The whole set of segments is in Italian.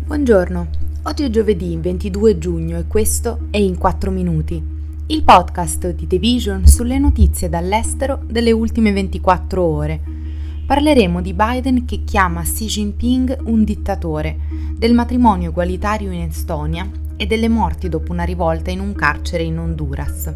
Buongiorno, oggi è giovedì 22 giugno e questo è In 4 Minuti, il podcast di The Vision sulle notizie dall'estero delle ultime 24 ore. Parleremo di Biden che chiama Xi Jinping un dittatore, del matrimonio egualitario in Estonia e delle morti dopo una rivolta in un carcere in Honduras.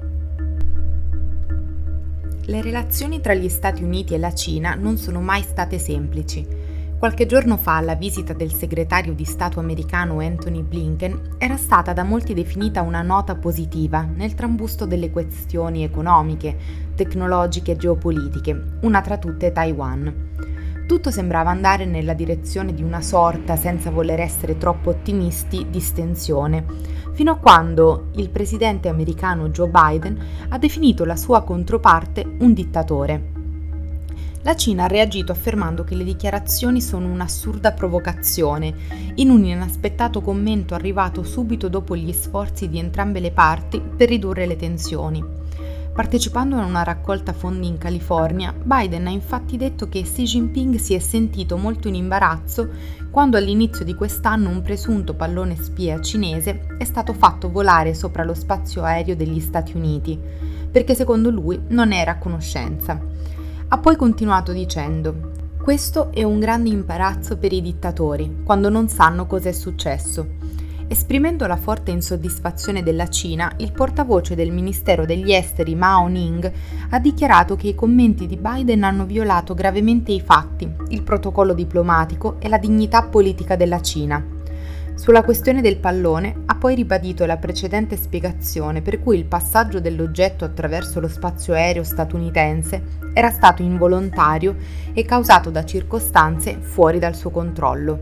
Le relazioni tra gli Stati Uniti e la Cina non sono mai state semplici. Qualche giorno fa, alla visita del segretario di Stato americano Antony Blinken, era stata da molti definita una nota positiva nel trambusto delle questioni economiche, tecnologiche e geopolitiche, una tra tutte Taiwan. Tutto sembrava andare nella direzione di una sorta, senza voler essere troppo ottimisti, distensione, fino a quando il presidente americano Joe Biden ha definito la sua controparte un dittatore. La Cina ha reagito affermando che le dichiarazioni sono un'assurda provocazione, in un inaspettato commento arrivato subito dopo gli sforzi di entrambe le parti per ridurre le tensioni. Partecipando a una raccolta fondi in California, Biden ha infatti detto che Xi Jinping si è sentito molto in imbarazzo quando all'inizio di quest'anno un presunto pallone spia cinese è stato fatto volare sopra lo spazio aereo degli Stati Uniti, perché secondo lui non era a conoscenza. Ha poi continuato dicendo: "Questo è un grande imbarazzo per i dittatori, quando non sanno cosa è successo". Esprimendo la forte insoddisfazione della Cina, il portavoce del Ministero degli Esteri Mao Ning ha dichiarato che i commenti di Biden hanno violato gravemente i fatti, il protocollo diplomatico e la dignità politica della Cina. Sulla questione del pallone ha poi ribadito la precedente spiegazione per cui il passaggio dell'oggetto attraverso lo spazio aereo statunitense era stato involontario e causato da circostanze fuori dal suo controllo.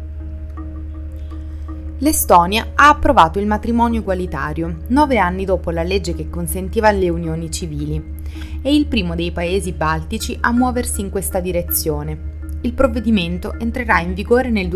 L'Estonia ha approvato il matrimonio egualitario 9 anni dopo la legge che consentiva le unioni civili. È il primo dei paesi baltici a muoversi in questa direzione. Il provvedimento entrerà in vigore nel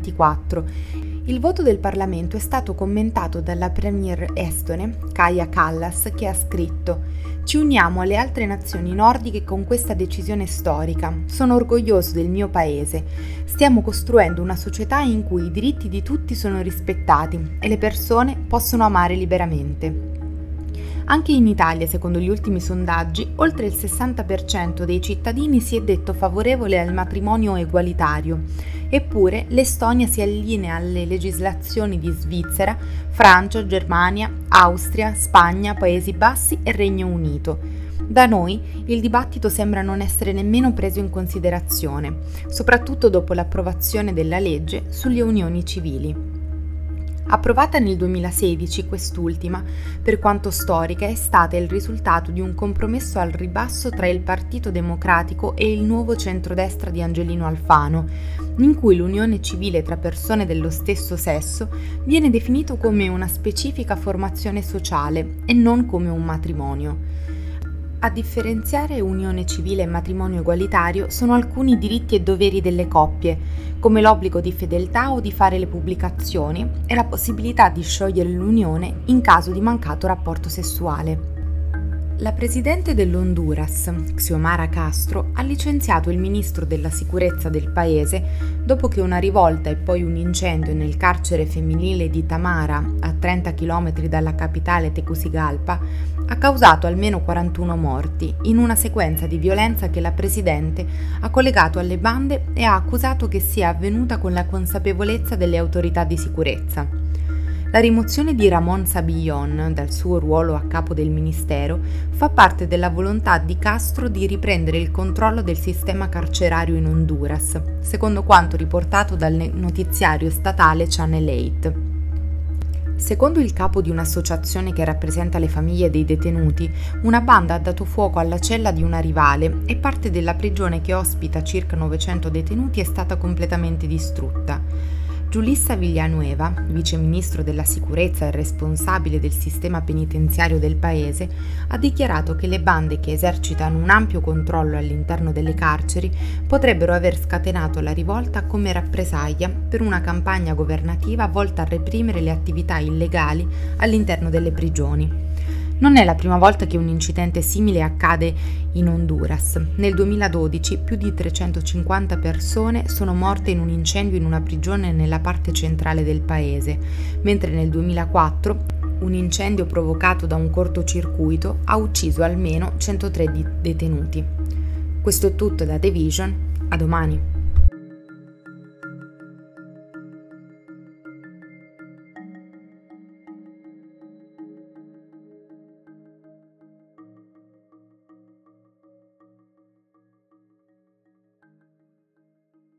2024. Il voto del Parlamento è stato commentato dalla premier estone, Kaja Kallas, che ha scritto: "Ci uniamo alle altre nazioni nordiche con questa decisione storica. Sono orgoglioso del mio paese. Stiamo costruendo una società in cui i diritti di tutti sono rispettati e le persone possono amare liberamente". Anche in Italia, secondo gli ultimi sondaggi, oltre il 60% dei cittadini si è detto favorevole al matrimonio egualitario. Eppure l'Estonia si allinea alle legislazioni di Svizzera, Francia, Germania, Austria, Spagna, Paesi Bassi e Regno Unito. Da noi il dibattito sembra non essere nemmeno preso in considerazione, soprattutto dopo l'approvazione della legge sulle unioni civili. Approvata nel 2016, quest'ultima, per quanto storica, è stata il risultato di un compromesso al ribasso tra il Partito Democratico e il nuovo centrodestra di Angelino Alfano, in cui l'unione civile tra persone dello stesso sesso viene definito come una specifica formazione sociale e non come un matrimonio. A differenziare unione civile e matrimonio egualitario sono alcuni diritti e doveri delle coppie, come l'obbligo di fedeltà o di fare le pubblicazioni e la possibilità di sciogliere l'unione in caso di mancato rapporto sessuale. La presidente dell'Honduras, Xiomara Castro, ha licenziato il ministro della sicurezza del paese dopo che una rivolta e poi un incendio nel carcere femminile di Tamara, a 30 km dalla capitale Tegucigalpa, ha causato almeno 41 morti, in una sequenza di violenza che la presidente ha collegato alle bande e ha accusato che sia avvenuta con la consapevolezza delle autorità di sicurezza. La rimozione di Ramón Sabillón dal suo ruolo a capo del ministero fa parte della volontà di Castro di riprendere il controllo del sistema carcerario in Honduras, secondo quanto riportato dal notiziario statale Channel 8. Secondo il capo di un'associazione che rappresenta le famiglie dei detenuti, una banda ha dato fuoco alla cella di una rivale e parte della prigione che ospita circa 900 detenuti è stata completamente distrutta. Julissa Villanueva, viceministro della sicurezza e responsabile del sistema penitenziario del paese, ha dichiarato che le bande che esercitano un ampio controllo all'interno delle carceri potrebbero aver scatenato la rivolta come rappresaglia per una campagna governativa volta a reprimere le attività illegali all'interno delle prigioni. Non è la prima volta che un incidente simile accade in Honduras. Nel 2012 più di 350 persone sono morte in un incendio in una prigione nella parte centrale del paese, mentre nel 2004 un incendio provocato da un cortocircuito ha ucciso almeno 103 detenuti. Questo è tutto da The Vision, a domani.